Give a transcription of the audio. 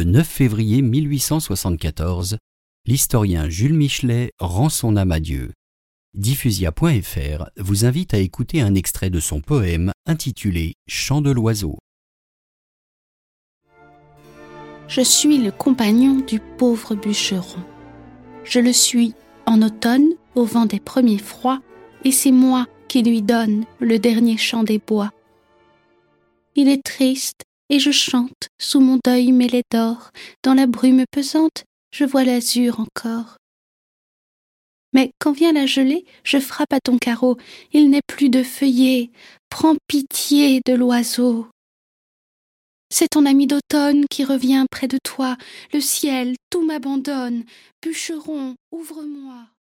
Le 9 février 1874, l'historien Jules Michelet rend son âme à Dieu. Diffusia.fr vous invite à écouter un extrait de son poème intitulé « Chant de l'oiseau ». Je suis le compagnon du pauvre bûcheron. Je le suis en automne, au vent des premiers froids, et c'est moi qui lui donne le dernier chant des bois. Il est triste, et je chante sous mon deuil mêlé d'or. Dans la brume pesante, je vois l'azur encore. Mais quand vient la gelée, je frappe à ton carreau. Il n'est plus de feuillets. Prends pitié de l'oiseau. C'est ton ami d'automne qui revient près de toi. Le ciel, tout m'abandonne. Bûcheron, ouvre-moi.